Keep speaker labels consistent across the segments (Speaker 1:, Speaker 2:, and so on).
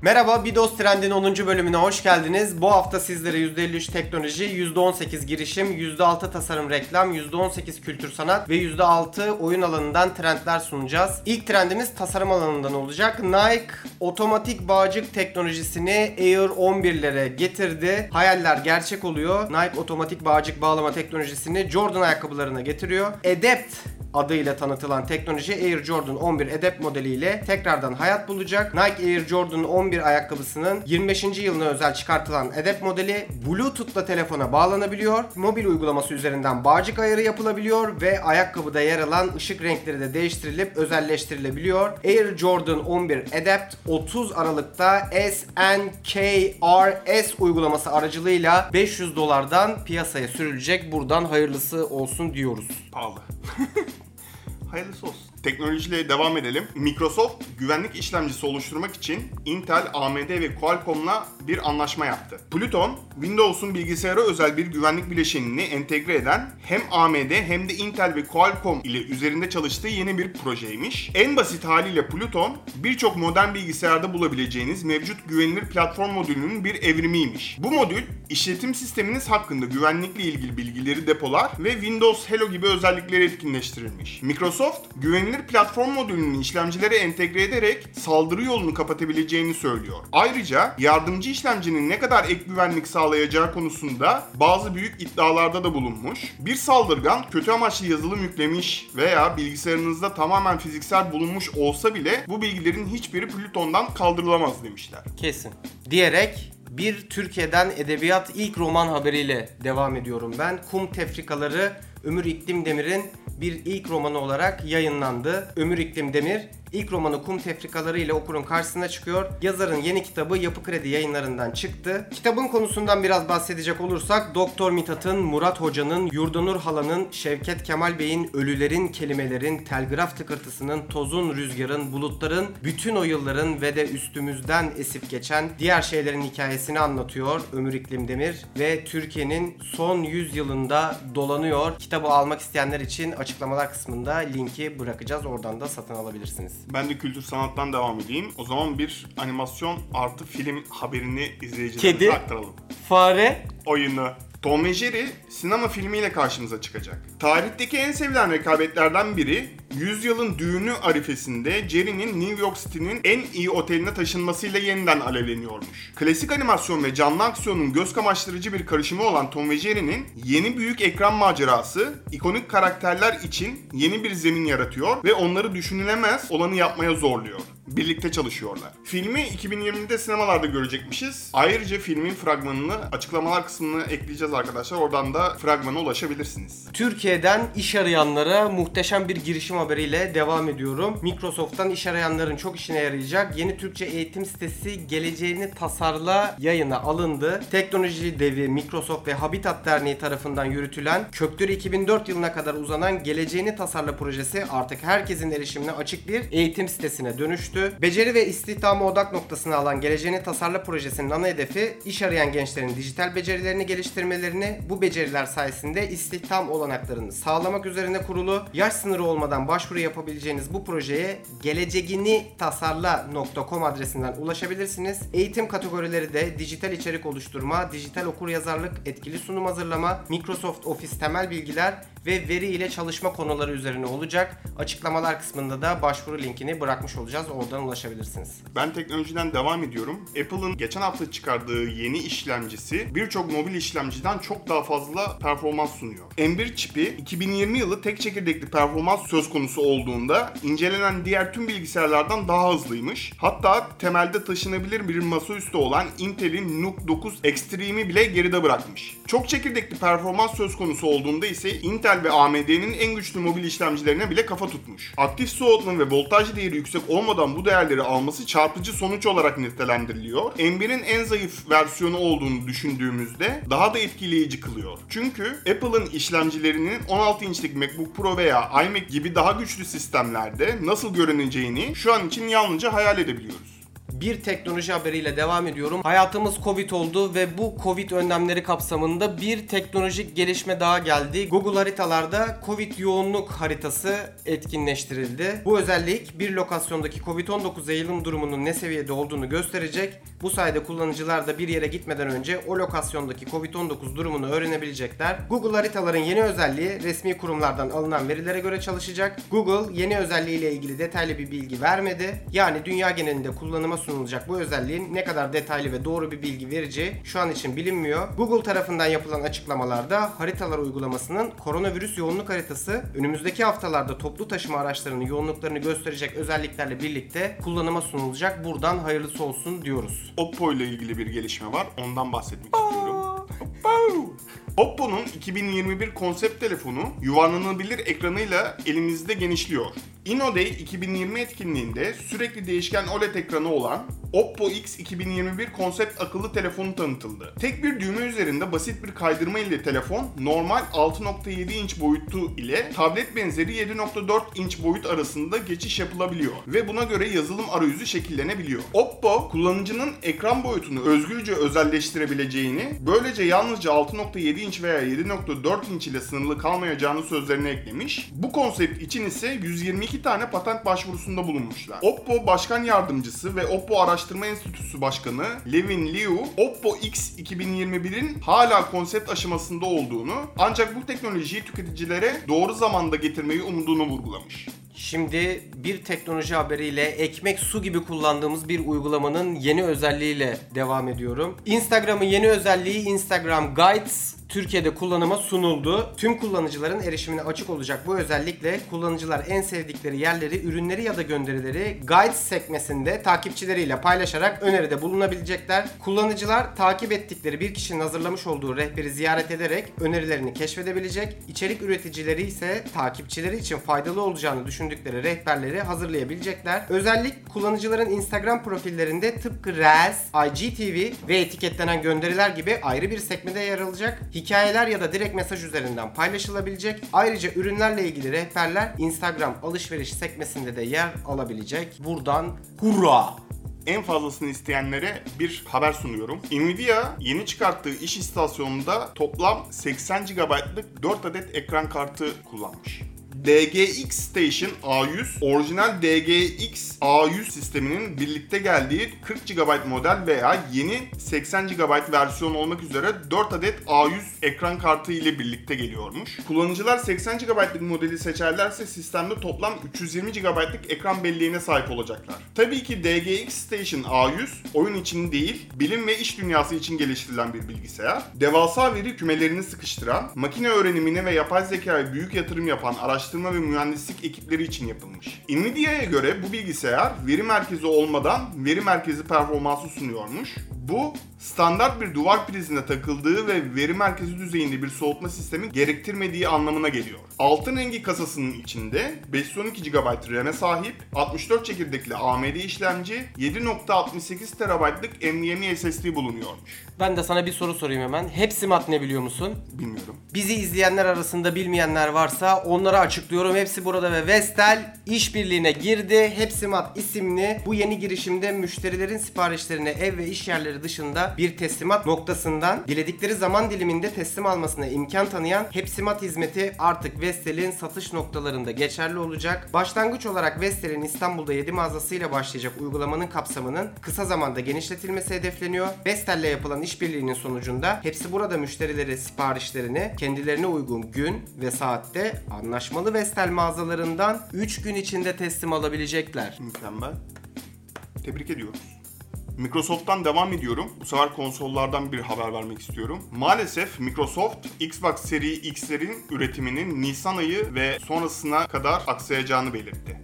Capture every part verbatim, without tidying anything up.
Speaker 1: Merhaba, BIDOS Trend'in onuncu bölümüne hoş geldiniz. Bu hafta sizlere yüzde elli üç teknoloji, yüzde on sekiz girişim, yüzde altı tasarım reklam, yüzde on sekiz kültür sanat ve yüzde altı oyun alanından trendler sunacağız. İlk trendimiz tasarım alanından olacak. Nike otomatik bağcık teknolojisini Air on birlere getirdi. Hayaller gerçek oluyor. Nike otomatik bağcık bağlama teknolojisini Jordan ayakkabılarına getiriyor. Adapt adıyla tanıtılan teknoloji Air Jordan on bir Adapt modeliyle tekrardan hayat bulacak. Nike Air Jordan on bir ayakkabısının yirmi beşinci yılına özel çıkartılan Adapt modeli Bluetooth'la telefona bağlanabiliyor. Mobil uygulaması üzerinden bağcık ayarı yapılabiliyor ve ayakkabıda yer alan ışık renkleri de değiştirilip özelleştirilebiliyor. Air Jordan on bir Adapt otuz Aralık'ta S N K R S uygulaması aracılığıyla beş yüz dolardan piyasaya sürülecek. Buradan hayırlısı olsun diyoruz.
Speaker 2: Pahalı. Hayırlısı olsun. Teknolojiyle devam edelim. Microsoft güvenlik işlemcisi oluşturmak için Intel, A M D ve Qualcomm'la bir anlaşma yaptı. Pluton, Windows'un bilgisayara özel bir güvenlik bileşenini entegre eden hem A M D hem de Intel ve Qualcomm ile üzerinde çalıştığı yeni bir projeymiş. En basit haliyle Pluton, birçok modern bilgisayarda bulabileceğiniz mevcut güvenilir platform modülünün bir evrimiymiş. Bu modül, işletim sisteminiz hakkında güvenlikle ilgili bilgileri depolar ve Windows Hello gibi özellikleri etkinleştirilmiş. Microsoft, güvenilir platform modülünün işlemcilere entegre ederek saldırı yolunu kapatabileceğini söylüyor. Ayrıca yardımcı işlemcinin ne kadar ek güvenlik sağlayacağı konusunda bazı büyük iddialarda da bulunmuş. Bir saldırgan kötü amaçlı yazılım yüklemiş veya bilgisayarınızda tamamen fiziksel bulunmuş olsa bile bu bilgilerin hiçbiri Pluton'dan kaldırılamaz demişler.
Speaker 1: Kesin. Diyerek bir Türkiye'den edebiyat ilk roman haberiyle devam ediyorum ben. Kum Tefrikaları Ömür İklim Demir'in bir ilk romanı olarak yayınlandı. Ömür İklim Demir ilk romanı Kum Tefrikaları ile okurun karşısına çıkıyor. Yazarın yeni kitabı Yapı Kredi Yayınları'ndan çıktı. Kitabın konusundan biraz bahsedecek olursak Doktor Mithat'ın, Murat Hoca'nın, Yurdanur Hala'nın, Şevket Kemal Bey'in, ölülerin, kelimelerin, telgraf tıkırtısının, tozun, rüzgarın, bulutların, bütün o yılların ve de üstümüzden esip geçen diğer şeylerin hikayesini anlatıyor Ömür İklim Demir ve Türkiye'nin son yüz yılında dolanıyor. Kitabı almak isteyenler için açıklamalar kısmında linki bırakacağız. Oradan da satın alabilirsiniz.
Speaker 2: Ben de kültür sanattan devam edeyim. O zaman bir animasyon artı film haberini izleyicilerimize
Speaker 1: Kedi,
Speaker 2: aktaralım.
Speaker 1: fare,
Speaker 2: Oyunu. Tom ve Jerry sinema filmiyle karşımıza çıkacak. Tarihteki en sevilen rekabetlerden biri, yüzyılın düğünü arifesinde Jerry'nin New York City'nin en iyi oteline taşınmasıyla yeniden alevleniyormuş. Klasik animasyon ve canlı aksiyonun göz kamaştırıcı bir karışımı olan Tom ve Jerry'nin yeni büyük ekran macerası, ikonik karakterler için yeni bir zemin yaratıyor ve onları düşünülemez olanı yapmaya zorluyor. Birlikte çalışıyorlar. Filmi iki bin yirmide sinemalarda görecekmişiz. Ayrıca filmin fragmanını açıklamalar kısmına ekleyeceğiz arkadaşlar. Oradan da fragmana ulaşabilirsiniz.
Speaker 1: Türkiye'den iş arayanlara muhteşem bir girişim haberiyle devam ediyorum. Microsoft'tan iş arayanların çok işine yarayacak yeni Türkçe eğitim sitesi Geleceğini Tasarla yayına alındı. Teknoloji devi Microsoft ve Habitat Derneği tarafından yürütülen kökleri iki bin dört yılına kadar uzanan Geleceğini Tasarla projesi artık herkesin erişimine açık bir eğitim sitesine dönüştü. Beceri ve istihdama odak noktasına alan Geleceğini Tasarla projesinin ana hedefi iş arayan gençlerin dijital becerilerini geliştirmelerini, bu beceriler sayesinde istihdam olanaklarını sağlamak üzerine kurulu. Yaş sınırı olmadan başvuru yapabileceğiniz bu projeye geleceğini tasarla nokta com adresinden ulaşabilirsiniz. Eğitim kategorileri de dijital içerik oluşturma, dijital okuryazarlık, etkili sunum hazırlama, Microsoft Office temel bilgiler ve veri ile çalışma konuları üzerine olacak. Açıklamalar kısmında da başvuru linkini bırakmış olacağız. Oradan ulaşabilirsiniz.
Speaker 2: Ben teknolojiden devam ediyorum. Apple'ın geçen hafta çıkardığı yeni işlemcisi birçok mobil işlemciden çok daha fazla performans sunuyor. M bir çipi iki bin yirmi yılı tek çekirdekli performans söz konusu olduğunda incelenen diğer tüm bilgisayarlardan daha hızlıymış. Hatta temelde taşınabilir bir masaüstü olan Intel'in Nook dokuz Extreme'i bile geride bırakmış. Çok çekirdekli performans söz konusu olduğunda ise Intel ve A M D'nin en güçlü mobil işlemcilerine bile kafa tutmuş. Aktif soğutma ve voltaj değeri yüksek olmadan bu değerleri alması çarpıcı sonuç olarak nitelendiriliyor. M birin en zayıf versiyonu olduğunu düşündüğümüzde daha da etkileyici kılıyor. Çünkü Apple'ın işlemcilerinin on altı inçlik MacBook Pro veya iMac gibi daha güçlü sistemlerde nasıl görüneceğini şu an için yalnızca hayal edebiliyoruz.
Speaker 1: bir teknoloji haberiyle devam ediyorum. Hayatımız Covid oldu ve bu Covid önlemleri kapsamında bir teknolojik gelişme daha geldi. Google haritalarda Covid yoğunluk haritası etkinleştirildi. Bu özellik bir lokasyondaki Covid on dokuz yayılım durumunun ne seviyede olduğunu gösterecek. Bu sayede kullanıcılar da bir yere gitmeden önce o lokasyondaki Covid on dokuz durumunu öğrenebilecekler. Google haritaların yeni özelliği resmi kurumlardan alınan verilere göre çalışacak. Google yeni özelliğiyle ilgili detaylı bir bilgi vermedi. Yani dünya genelinde kullanıma sunulacak bu özelliğin ne kadar detaylı ve doğru bir bilgi vereceği şu an için bilinmiyor. Google tarafından yapılan açıklamalarda haritalar uygulamasının koronavirüs yoğunluk haritası önümüzdeki haftalarda toplu taşıma araçlarının yoğunluklarını gösterecek özelliklerle birlikte kullanıma sunulacak. Buradan hayırlısı olsun diyoruz.
Speaker 2: Oppo ile ilgili bir gelişme var. Ondan bahsetmek istiyorum. Oppo'nun iki bin yirmi bir konsept telefonu yuvarlanabilir ekranıyla elimizde genişliyor. InnoDay iki bin yirmi etkinliğinde sürekli değişken O L E D ekranı olan Oppo X iki bin yirmi bir konsept akıllı telefonu tanıtıldı. Tek bir düğme üzerinde basit bir kaydırma ile telefon normal altı nokta yedi inç boyutu ile tablet benzeri yedi nokta dört inç boyut arasında geçiş yapılabiliyor ve buna göre yazılım arayüzü şekillenebiliyor. Oppo kullanıcının ekran boyutunu özgürce özelleştirebileceğini, böylece yalnızca altı nokta yedi inç veya yedi nokta dört inç ile sınırlı kalmayacağını sözlerine eklemiş. Bu konsept için ise yüz yirmi iki tane patent başvurusunda bulunmuşlar. Oppo Başkan Yardımcısı ve Oppo Araştırma Enstitüsü Başkanı Levin Liu, Oppo X iki bin yirmi birin hala konsept aşamasında olduğunu, ancak bu teknolojiyi tüketicilere doğru zamanda getirmeyi umduğunu vurgulamış.
Speaker 1: Şimdi bir teknoloji haberiyle ekmek su gibi kullandığımız bir uygulamanın yeni özelliğiyle devam ediyorum. Instagram'ın yeni özelliği Instagram Guides Türkiye'de kullanıma sunuldu. Tüm kullanıcıların erişimine açık olacak bu özellikle kullanıcılar en sevdikleri yerleri, ürünleri ya da gönderileri Guides sekmesinde takipçileriyle paylaşarak öneride bulunabilecekler. Kullanıcılar takip ettikleri bir kişinin hazırlamış olduğu rehberi ziyaret ederek önerilerini keşfedebilecek. İçerik üreticileri ise takipçileri için faydalı olacağını düşündükleri rehberleri hazırlayabilecekler. Özellik kullanıcıların Instagram profillerinde tıpkı Reels, I G T V ve etiketlenen gönderiler gibi ayrı bir sekmede yer alacak. Hikayeler ya da direkt mesaj üzerinden paylaşılabilecek. Ayrıca ürünlerle ilgili rehberler Instagram alışveriş sekmesinde de yer alabilecek. Buradan hurra!
Speaker 2: En fazlasını isteyenlere bir haber sunuyorum. Nvidia yeni çıkarttığı iş istasyonunda toplam seksen gigabaytlık dört adet ekran kartı kullanmış. D G X Station A yüz, orijinal D G X A yüz sisteminin birlikte geldiği kırk gigabayt model veya yeni seksen gigabayt versiyon olmak üzere dört adet A yüz ekran kartı ile birlikte geliyormuş. Kullanıcılar seksen gigabaytlık modeli seçerlerse sistemde toplam üç yüz yirmi gigabaytlık ekran belleğine sahip olacaklar. Tabii ki D G X Station A yüz oyun için değil, bilim ve iş dünyası için geliştirilen bir bilgisayar. Devasa veri kümelerini sıkıştıran, makine öğrenimine ve yapay zekaya büyük yatırım yapan araştırma ve mühendislik ekipleri için yapılmış. Nvidia'ya göre bu bilgisayar veri merkezi olmadan veri merkezi performansı sunuyormuş. Bu standart bir duvar prizine takıldığı ve veri merkezi düzeyinde bir soğutma sistemi gerektirmediği anlamına geliyor. Altın rengi kasasının içinde beş yüz on iki gigabayt RAM'e sahip, altmış dört çekirdekli A M D işlemci, yedi nokta altmış sekiz terabaytlık NVMe S S D bulunuyormuş.
Speaker 1: Ben de sana bir soru sorayım hemen. Hepsimat ne biliyor musun?
Speaker 2: Bilmiyorum.
Speaker 1: Bizi izleyenler arasında bilmeyenler varsa onlara açıklıyorum. Hepsi burada ve Vestel işbirliğine girdi. Hepsimat isimli bu yeni girişimde müşterilerin siparişlerine ev ve iş yerleri dışında bir teslimat noktasından diledikleri zaman diliminde teslim almasına imkan tanıyan Hepsimat hizmeti artık Vestel'in satış noktalarında geçerli olacak. Başlangıç olarak Vestel'in İstanbul'da yedi mağazasıyla başlayacak uygulamanın kapsamının kısa zamanda genişletilmesi hedefleniyor. Vestel'le yapılan işbirliğinin sonucunda hepsi burada müşterileri siparişlerini kendilerine uygun gün ve saatte anlaşmalı Vestel mağazalarından üç gün içinde teslim alabilecekler.
Speaker 2: Mükemmel. Tebrik ediyoruz. Microsoft'tan devam ediyorum. Bu sefer konsollardan bir haber vermek istiyorum. Maalesef Microsoft Xbox Series X'lerin üretiminin Nisan ayı ve sonrasına kadar aksayacağını belirtti.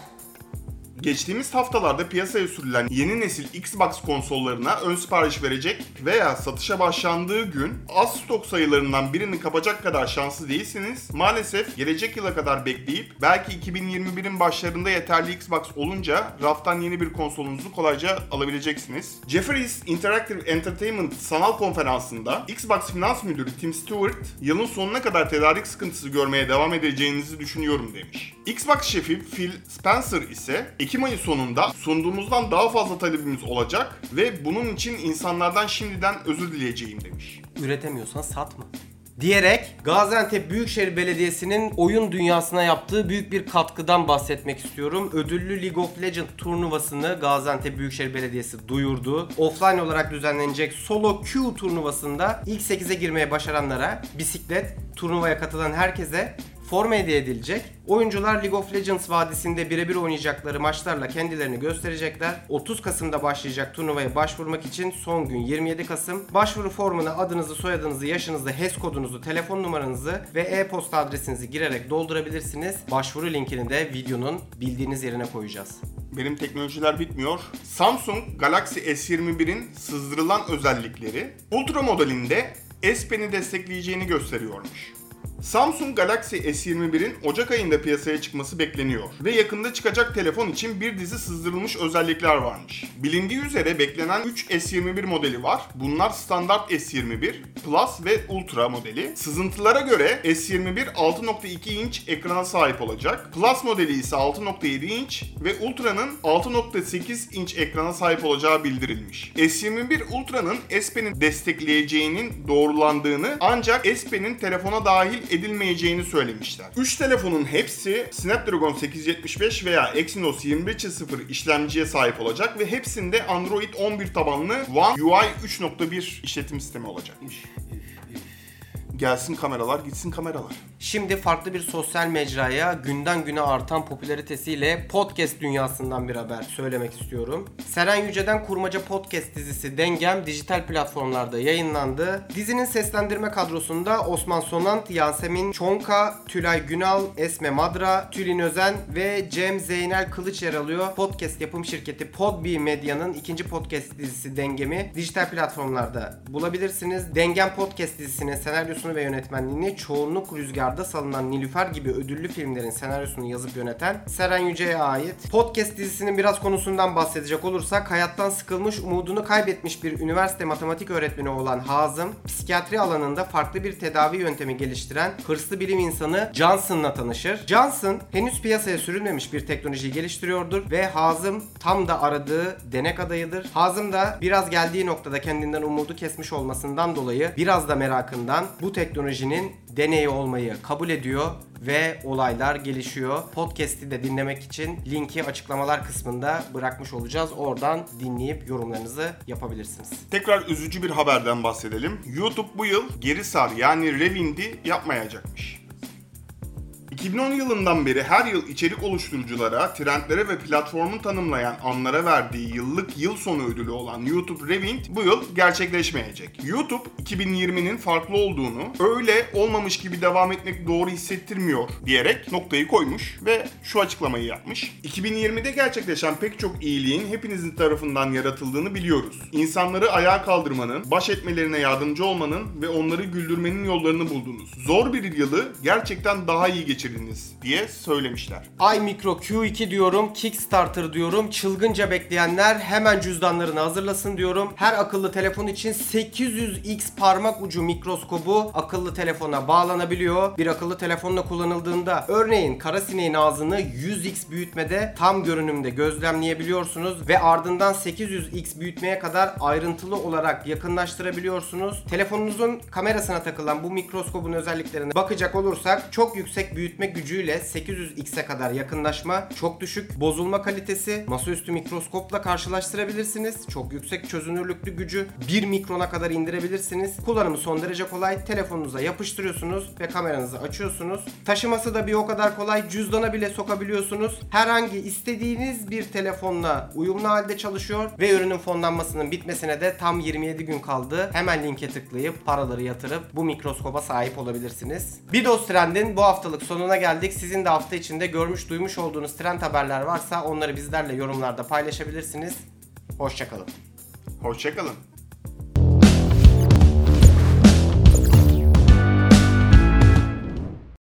Speaker 2: Geçtiğimiz haftalarda piyasaya sürülen yeni nesil Xbox konsollarına ön sipariş verecek veya satışa başlandığı gün az stok sayılarından birini kapacak kadar şanslı değilseniz maalesef gelecek yıla kadar bekleyip belki iki bin yirmi birin başlarında yeterli Xbox olunca raftan yeni bir konsolunuzu kolayca alabileceksiniz. Jefferies Interactive Entertainment sanal konferansında Xbox Finans Müdürü Tim Stewart, yılın sonuna kadar tedarik sıkıntısı görmeye devam edeceğinizi düşünüyorum demiş. Xbox şefi Phil Spencer ise Ekim ayı sonunda sunduğumuzdan daha fazla talebimiz olacak ve bunun için insanlardan şimdiden özür dileyeceğim demiş.
Speaker 1: Üretemiyorsan satma diyerek Gaziantep Büyükşehir Belediyesi'nin oyun dünyasına yaptığı büyük bir katkıdan bahsetmek istiyorum. Ödüllü League of Legends turnuvasını Gaziantep Büyükşehir Belediyesi duyurdu. Offline olarak düzenlenecek Solo Q turnuvasında ilk sekize girmeye başaranlara bisiklet, turnuvaya katılan herkese forma hediye edilecek. Oyuncular League of Legends vadisinde birebir oynayacakları maçlarla kendilerini gösterecekler. otuz Kasım'da başlayacak turnuvaya başvurmak için son gün yirmi yedi Kasım. Başvuru formuna adınızı, soyadınızı, yaşınızı, H E S kodunuzu, telefon numaranızı ve e-posta adresinizi girerek doldurabilirsiniz. Başvuru linkini de videonun bildiğiniz yerine koyacağız.
Speaker 2: Benim teknolojiler bitmiyor. Samsung Galaxy S yirmi birin sızdırılan özellikleri Ultra modelinde S Pen'i destekleyeceğini gösteriyormuş. Samsung Galaxy S yirmi birin Ocak ayında piyasaya çıkması bekleniyor ve yakında çıkacak telefon için bir dizi sızdırılmış özellikler varmış. Bilindiği üzere beklenen üç S yirmi bir modeli var. Bunlar standart S yirmi bir, Plus ve Ultra modeli. Sızıntılara göre S yirmi bir altı nokta iki inç ekrana sahip olacak. Plus modeli ise altı nokta yedi inç ve Ultra'nın altı nokta sekiz inç ekrana sahip olacağı bildirilmiş. S yirmi bir Ultra'nın S Pen'i destekleyeceğinin doğrulandığını ancak S Pen'in telefona dahil edilmeyeceğini söylemişler. üç telefonun hepsi Snapdragon sekiz yüz yetmiş beş veya Exynos yirmi bir çift sıfır işlemciye sahip olacak ve hepsinde Android on bir tabanlı One U I üç nokta bir işletim sistemi olacak. Gelsin kameralar, gitsin kameralar.
Speaker 1: Şimdi farklı bir sosyal mecraya günden güne artan popülaritesiyle podcast dünyasından bir haber söylemek istiyorum. Seren Yüce'den Kurmaca Podcast dizisi Dengem dijital platformlarda yayınlandı. Dizinin seslendirme kadrosunda Osman Sonant, Yasemin Çonka, Tülay Günal, Esme Madra, Tülin Özen ve Cem Zeynel Kılıç yer alıyor. Podcast yapım şirketi Podbi Medya'nın ikinci podcast dizisi Dengem'i dijital platformlarda bulabilirsiniz. Dengem Podcast dizisinin senaryosunu ve yönetmenliğini çoğunluk Rüzgar'da salınan Nilüfer gibi ödüllü filmlerin senaryosunu yazıp yöneten Seren Yüce'ye ait. Podcast dizisinin biraz konusundan bahsedecek olursak, hayattan sıkılmış, umudunu kaybetmiş bir üniversite matematik öğretmeni olan Hazım, psikiyatri alanında farklı bir tedavi yöntemi geliştiren hırslı bilim insanı Johnson'la tanışır. Johnson henüz piyasaya sürülmemiş bir teknolojiyi geliştiriyordur ve Hazım tam da aradığı denek adayıdır. Hazım da biraz geldiği noktada kendinden umudu kesmiş olmasından dolayı biraz da merakından bu teknolojinin deneyi olmayı kabul ediyor ve olaylar gelişiyor. Podcast'i de dinlemek için linki açıklamalar kısmında bırakmış olacağız. Oradan dinleyip yorumlarınızı yapabilirsiniz.
Speaker 2: Tekrar üzücü bir haberden bahsedelim. YouTube bu yıl geri sar yani Rewind'i yapmayacakmış. iki bin on yılından beri her yıl içerik oluşturuculara, trendlere ve platformu tanımlayan anlara verdiği yıllık yıl sonu ödülü olan YouTube Rewind bu yıl gerçekleşmeyecek. YouTube iki bin yirminin farklı olduğunu, öyle olmamış gibi devam etmek doğru hissettirmiyor diyerek noktayı koymuş ve şu açıklamayı yapmış. iki bin yirmide gerçekleşen pek çok iyiliğin hepinizin tarafından yaratıldığını biliyoruz. İnsanları ayağa kaldırmanın, baş etmelerine yardımcı olmanın ve onları güldürmenin yollarını buldunuz. Zor bir yılı gerçekten daha iyi geçirdiniz diye söylemişler.
Speaker 1: iMicro Q iki diyorum, Kickstarter diyorum, çılgınca bekleyenler hemen cüzdanlarını hazırlasın diyorum. Her akıllı telefon için sekiz yüz x parmak ucu mikroskobu akıllı telefona bağlanabiliyor. Bir akıllı telefonla kullanıldığında örneğin karasineğin ağzını yüz x büyütmede tam görünümde gözlemleyebiliyorsunuz ve ardından sekiz yüz x büyütmeye kadar ayrıntılı olarak yakınlaştırabiliyorsunuz. Telefonunuzun kamerasına takılan bu mikroskobun özelliklerine bakacak olursak, çok yüksek büyütme gücüyle sekiz yüz x'e kadar yakınlaşma, çok düşük bozulma kalitesi, masaüstü mikroskopla karşılaştırabilirsiniz. Çok yüksek çözünürlüklü gücü bir mikrona kadar indirebilirsiniz. Kullanımı son derece kolay. Telefonunuza yapıştırıyorsunuz ve kameranızı açıyorsunuz. Taşıması da bir o kadar kolay. Cüzdana bile sokabiliyorsunuz. Herhangi istediğiniz bir telefonla uyumlu halde çalışıyor ve ürünün fonlanmasının bitmesine de tam yirmi yedi gün kaldı. Hemen linke tıklayıp paraları yatırıp bu mikroskoba sahip olabilirsiniz. Bidos Trend'in bu haftalık sonuna geldik. Sizin de hafta içinde görmüş duymuş olduğunuz trend haberler varsa onları bizlerle yorumlarda paylaşabilirsiniz. Hoşça kalın.
Speaker 2: Hoşça kalın.